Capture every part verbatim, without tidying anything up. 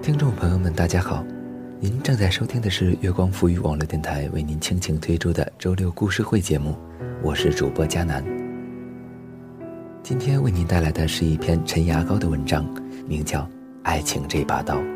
听众朋友们大家好，您正在收听的是月光浮语网络电台为您倾情推出的周六故事会节目，我是主播佳南。今天为您带来的是一篇陈牙膏的文章，名叫《爱情这把刀》。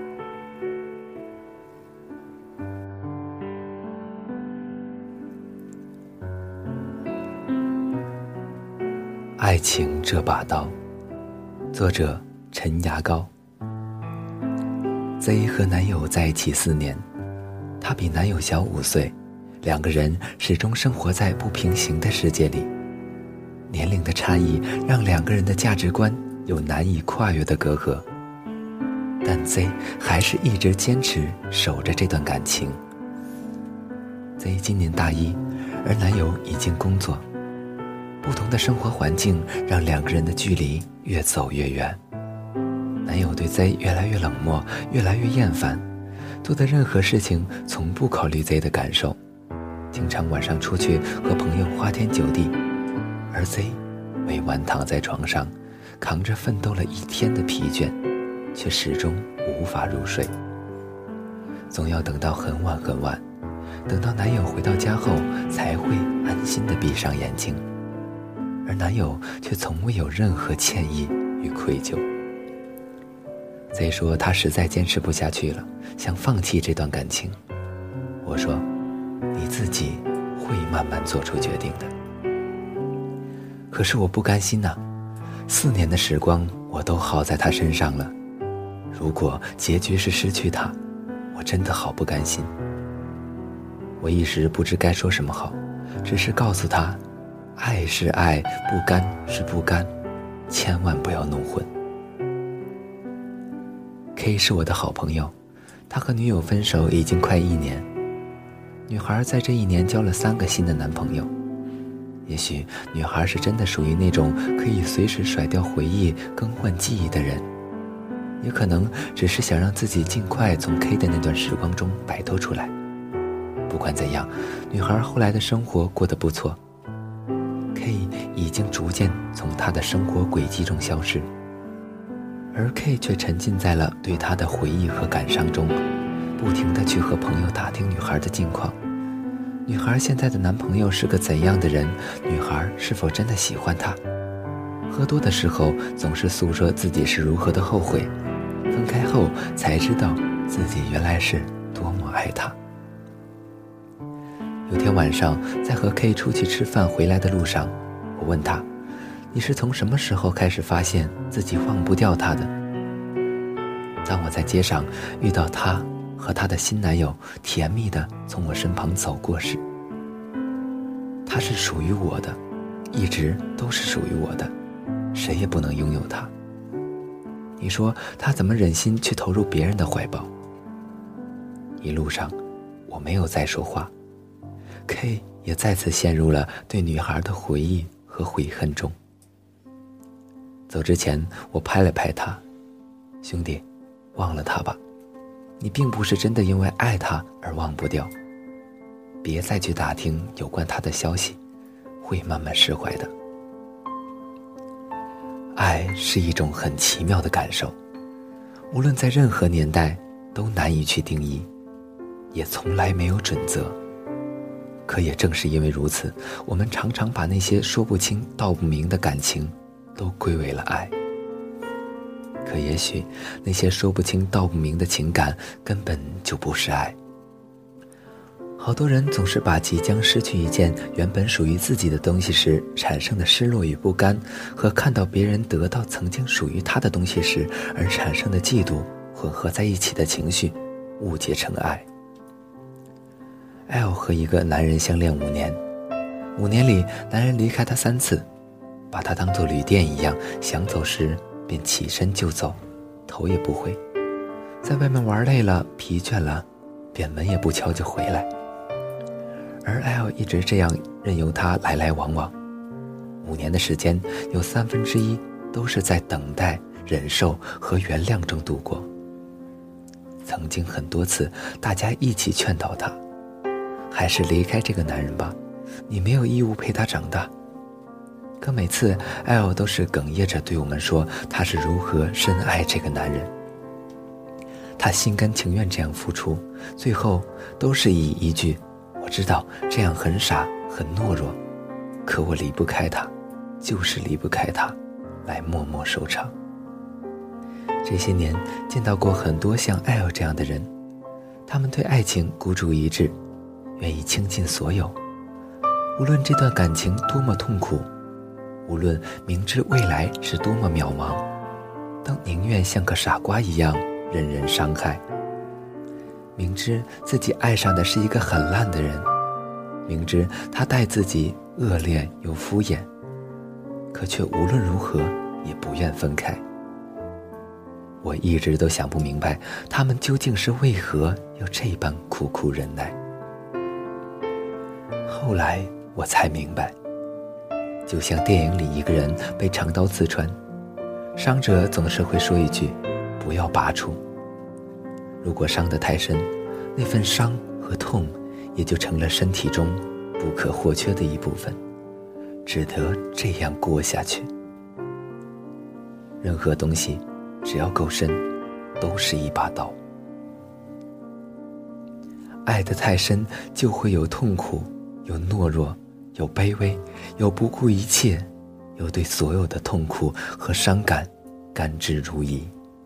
爱情这把刀，作者陈牙膏。Z 和男友在一起四年，她比男友小五岁，两个人始终生活在不平行的世界里。年龄的差异让两个人的价值观有难以跨越的隔阂，但 Z 还是一直坚持守着这段感情。Z 今年大一，而男友已经工作。不同的生活环境让两个人的距离越走越远。男友对 Z 越来越冷漠，越来越厌烦，做的任何事情从不考虑 Z 的感受，经常晚上出去和朋友花天酒地，而 Z 委婉躺在床上，扛着奋斗了一天的疲倦，却始终无法入睡。总要等到很晚很晚，等到男友回到家后才会安心地闭上眼睛，而男友却从未有任何歉意与愧疚。Z 说他实在坚持不下去了，想放弃这段感情。我说你自己会慢慢做出决定的。可是我不甘心啊，四年的时光我都耗在他身上了，如果结局是失去他，我真的好不甘心。我一时不知该说什么好，只是告诉他，爱是爱，不甘是不甘，千万不要弄混。K 是我的好朋友，他和女友分手已经快一年。女孩在这一年交了三个新的男朋友。也许女孩是真的属于那种可以随时甩掉回忆、更换记忆的人，也可能只是想让自己尽快从 K 的那段时光中摆脱出来。不管怎样，女孩后来的生活过得不错。K 已经逐渐从她的生活轨迹中消失，而 K 却沉浸在了对她的回忆和感伤中，不停地去和朋友打听女孩的近况。女孩现在的男朋友是个怎样的人？女孩是否真的喜欢他？喝多的时候总是诉说自己是如何的后悔，分开后才知道自己原来是多么爱他。有天晚上，在和 K 出去吃饭回来的路上，我问他，你是从什么时候开始发现自己忘不掉他的？当我在街上遇到他和他的新男友甜蜜地从我身旁走过时，他是属于我的，一直都是属于我的，谁也不能拥有他。你说他怎么忍心去投入别人的怀抱？一路上我没有再说话， K 也再次陷入了对女孩的回忆和悔恨中。走之前我拍了拍他，兄弟，忘了他吧，你并不是真的因为爱他而忘不掉，别再去打听有关他的消息，会慢慢释怀的。爱是一种很奇妙的感受，无论在任何年代都难以去定义，也从来没有准则。可也正是因为如此，我们常常把那些说不清道不明的感情都归为了爱。可也许那些说不清道不明的情感根本就不是爱。好多人总是把即将失去一件原本属于自己的东西时产生的失落与不甘，和看到别人得到曾经属于他的东西时而产生的嫉妒混合在一起的情绪，误解成爱。L 和一个男人相恋五年，五年里男人离开他三次，把他当作旅店一样，想走时便起身就走，头也不回。在外面玩累了疲倦了，便门也不敲就回来。而 L 一直这样任由他来来往往，五年的时间有三分之一都是在等待、忍受和原谅中度过。曾经很多次大家一起劝导他，还是离开这个男人吧，你没有义务陪他长大。可每次 L 都是哽咽着对我们说他是如何深爱这个男人。 他心甘情愿这样付出，最后都是以一句我知道这样很傻很懦弱，可我离不开他，就是离不开他来默默收场。这些年见到过很多像艾尔这样的人，他们对爱情孤注一掷，愿意倾尽所有，无论这段感情多么痛苦，无论明知未来是多么渺茫，都宁愿像个傻瓜一样任人伤害。明知自己爱上的是一个很烂的人，明知他待自己恶劣又敷衍，可却无论如何也不愿分开。我一直都想不明白，他们究竟是为何要这般苦苦忍耐。后来我才明白，就像电影里一个人被长刀刺穿，伤者总是会说一句不要拔出。如果伤得太深，那份伤和痛也就成了身体中不可或缺的一部分，只得这样过下去。任何东西只要够深，都是一把刀。爱得太深，就会有痛苦，有懦弱，有卑微，有不顾一切，有对所有的痛苦和伤感甘之如饴。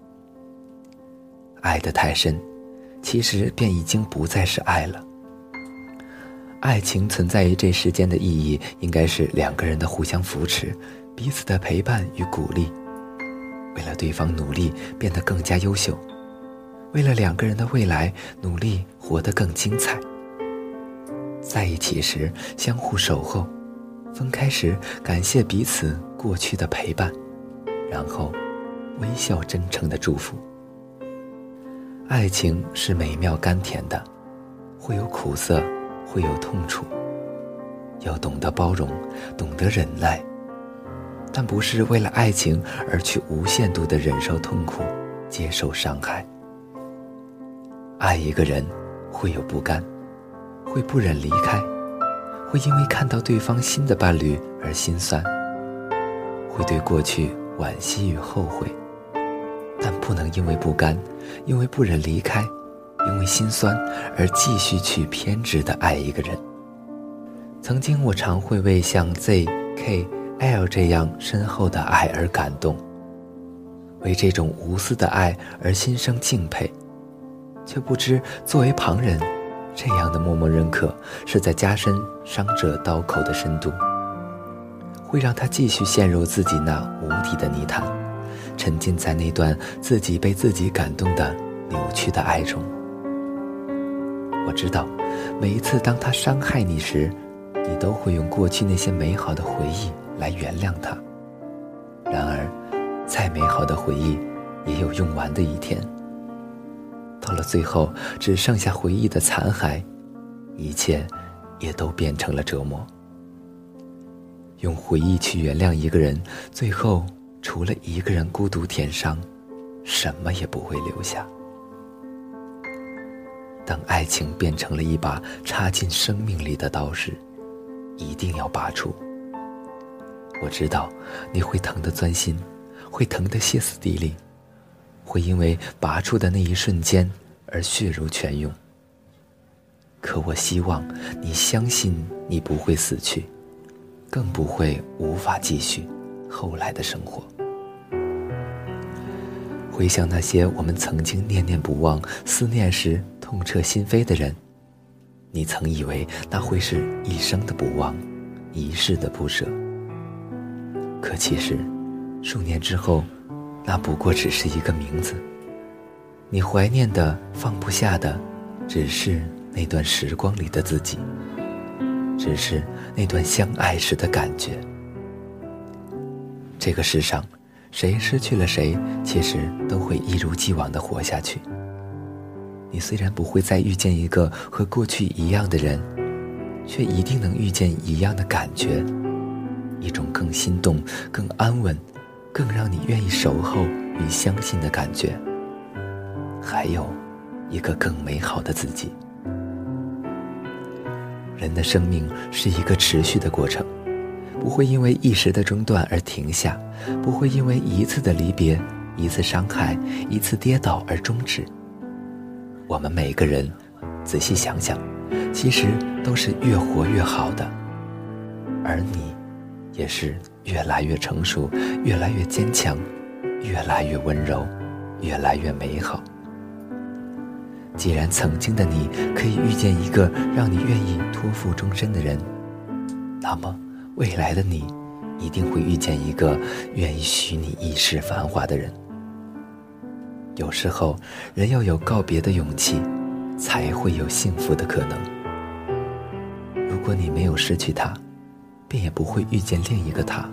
爱得太深，其实便已经不再是爱了。爱情存在于这世间的意义，应该是两个人的互相扶持，彼此的陪伴与鼓励，为了对方努力变得更加优秀，为了两个人的未来努力活得更精彩。在一起时相互守候，分开时感谢彼此过去的陪伴，然后微笑真诚的祝福。爱情是美妙甘甜的，会有苦涩，会有痛楚，要懂得包容，懂得忍耐，但不是为了爱情而去无限度地忍受痛苦，接受伤害。爱一个人会有不甘，会不忍离开，会因为看到对方新的伴侣而心酸，会对过去惋惜与后悔，但不能因为不甘，因为不忍离开，因为心酸而继续去偏执地爱一个人。曾经我常会为像 Z、K、L 这样深厚的爱而感动，为这种无私的爱而心生敬佩，却不知作为旁人，这样的默默认可是在加深伤者刀口的深度，会让他继续陷入自己那无底的泥潭，沉浸在那段自己被自己感动的扭曲的爱中。我知道，每一次当他伤害你时，你都会用过去那些美好的回忆来原谅他。然而，再美好的回忆也有用完的一天。到了最后，只剩下回忆的残骸，一切也都变成了折磨。用回忆去原谅一个人，最后除了一个人孤独舔伤，什么也不会留下。当爱情变成了一把插进生命里的刀时，一定要拔出。我知道你会疼得钻心，会疼得歇斯底里，会因为拔出的那一瞬间而血如泉涌。可我希望你相信你不会死去，更不会无法继续后来的生活。回想那些我们曾经念念不忘，思念时痛彻心扉的人，你曾以为那会是一生的不忘，一世的不舍。可其实数年之后，那不过只是一个名字。你怀念的放不下的，只是那段时光里的自己，只是那段相爱时的感觉。这个世上谁失去了谁，其实都会一如既往地活下去。你虽然不会再遇见一个和过去一样的人，却一定能遇见一样的感觉，一种更心动、更安稳、更让你愿意守候与相信的感觉，还有一个更美好的自己。人的生命是一个持续的过程，不会因为一时的中断而停下，不会因为一次的离别、一次伤害、一次跌倒而终止。 我们每个人仔细想想，其实都是越活越好的，而你也是越来越成熟，越来越坚强，越来越温柔，越来越美好。既然曾经的你可以遇见一个让你愿意托付终身的人，那么未来的你一定会遇见一个愿意许你一世繁华的人。有时候人要有告别的勇气，才会有幸福的可能。如果你没有失去他，便也不会遇见另一个他。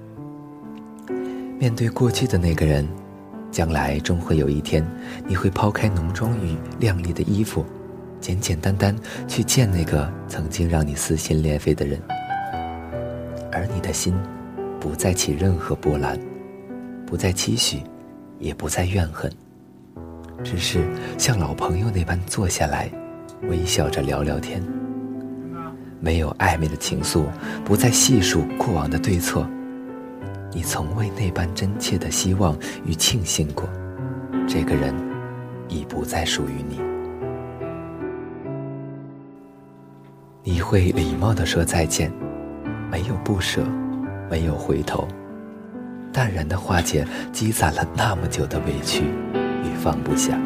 面对过去的那个人，将来终会有一天，你会抛开浓妆与靓丽的衣服，简简单单去见那个曾经让你撕心裂肺的人，而你的心不再起任何波澜，不再期许，也不再怨恨，只是像老朋友那般坐下来，微笑着聊聊天。没有暧昧的情愫，不再细数过往的对错，你从未那般真切的希望与庆幸过，这个人已不再属于你。你会礼貌地说再见，没有不舍，没有回头，淡然地化解积攒了那么久的委屈与放不下。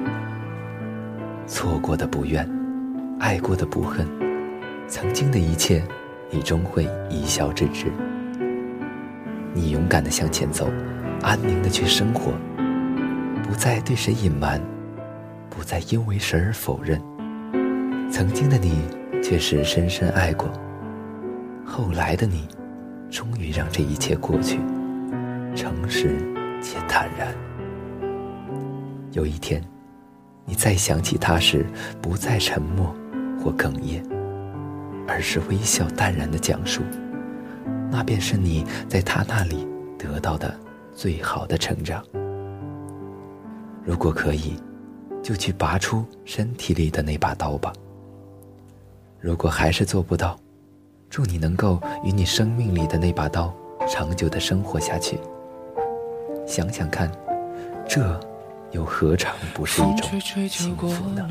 错过的不怨，爱过的不恨，曾经的一切你终会一笑置之。你勇敢地向前走，安宁地去生活，不再对谁隐瞒，不再因为谁而否认。曾经的你确实深深爱过，后来的你终于让这一切过去，诚实且坦然。有一天你再想起他时，不再沉默或哽咽，而是微笑淡然地讲述，那便是你在他那里得到的最好的成长。如果可以，就去拔出身体里的那把刀吧。如果还是做不到，祝你能够与你生命里的那把刀长久地生活下去。想想看，这又何尝不是一种幸福呢？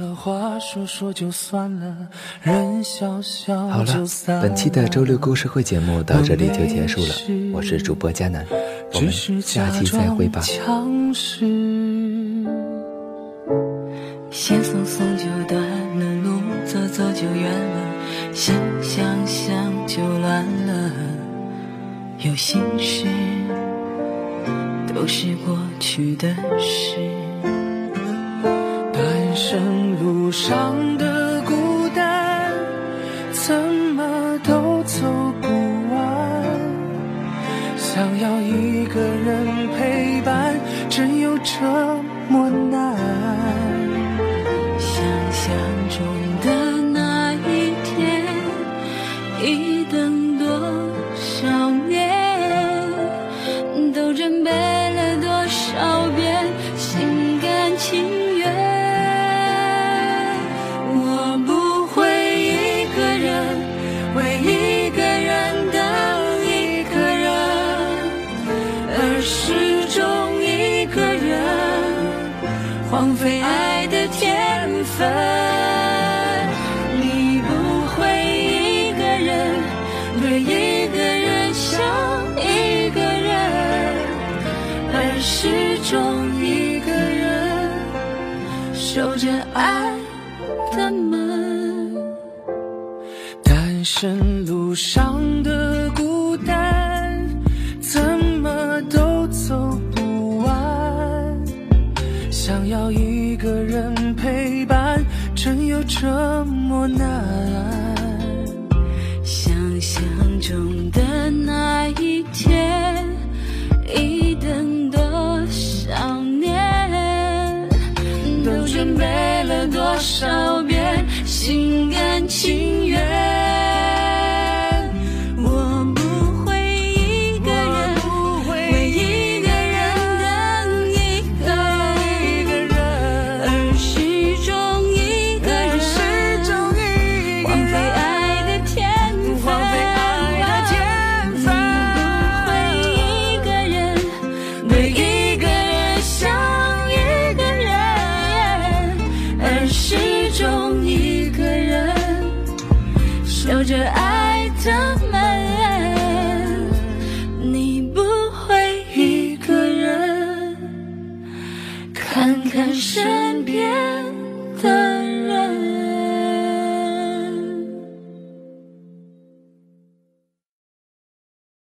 好了，本期的周六故事会节目到这里就结束了，我是主播佳南，我们下期再会吧。 线松松就断了，路走走就远了，想想想就乱了，有心事都是过去的事。 单身路上的孤单，怎么都走不完，想要一个人陪伴，真有这么难。 想象中的那一天，一等多少年，都准备了多少遍，心甘情愿。我不会一个人为一个人等一个人，而始终一个人荒废爱的天分。你不会一个人对一个人想一个人，而始终一个人守着爱的门。 单身路上的孤单，怎么都走不完，想要一个人陪伴，真有这么难。 想象中的那一天，一等多少年，都准备了多少遍，心甘情愿。我不会一个人为一个人等一个人，而始终一个人荒废爱的天分。 着爱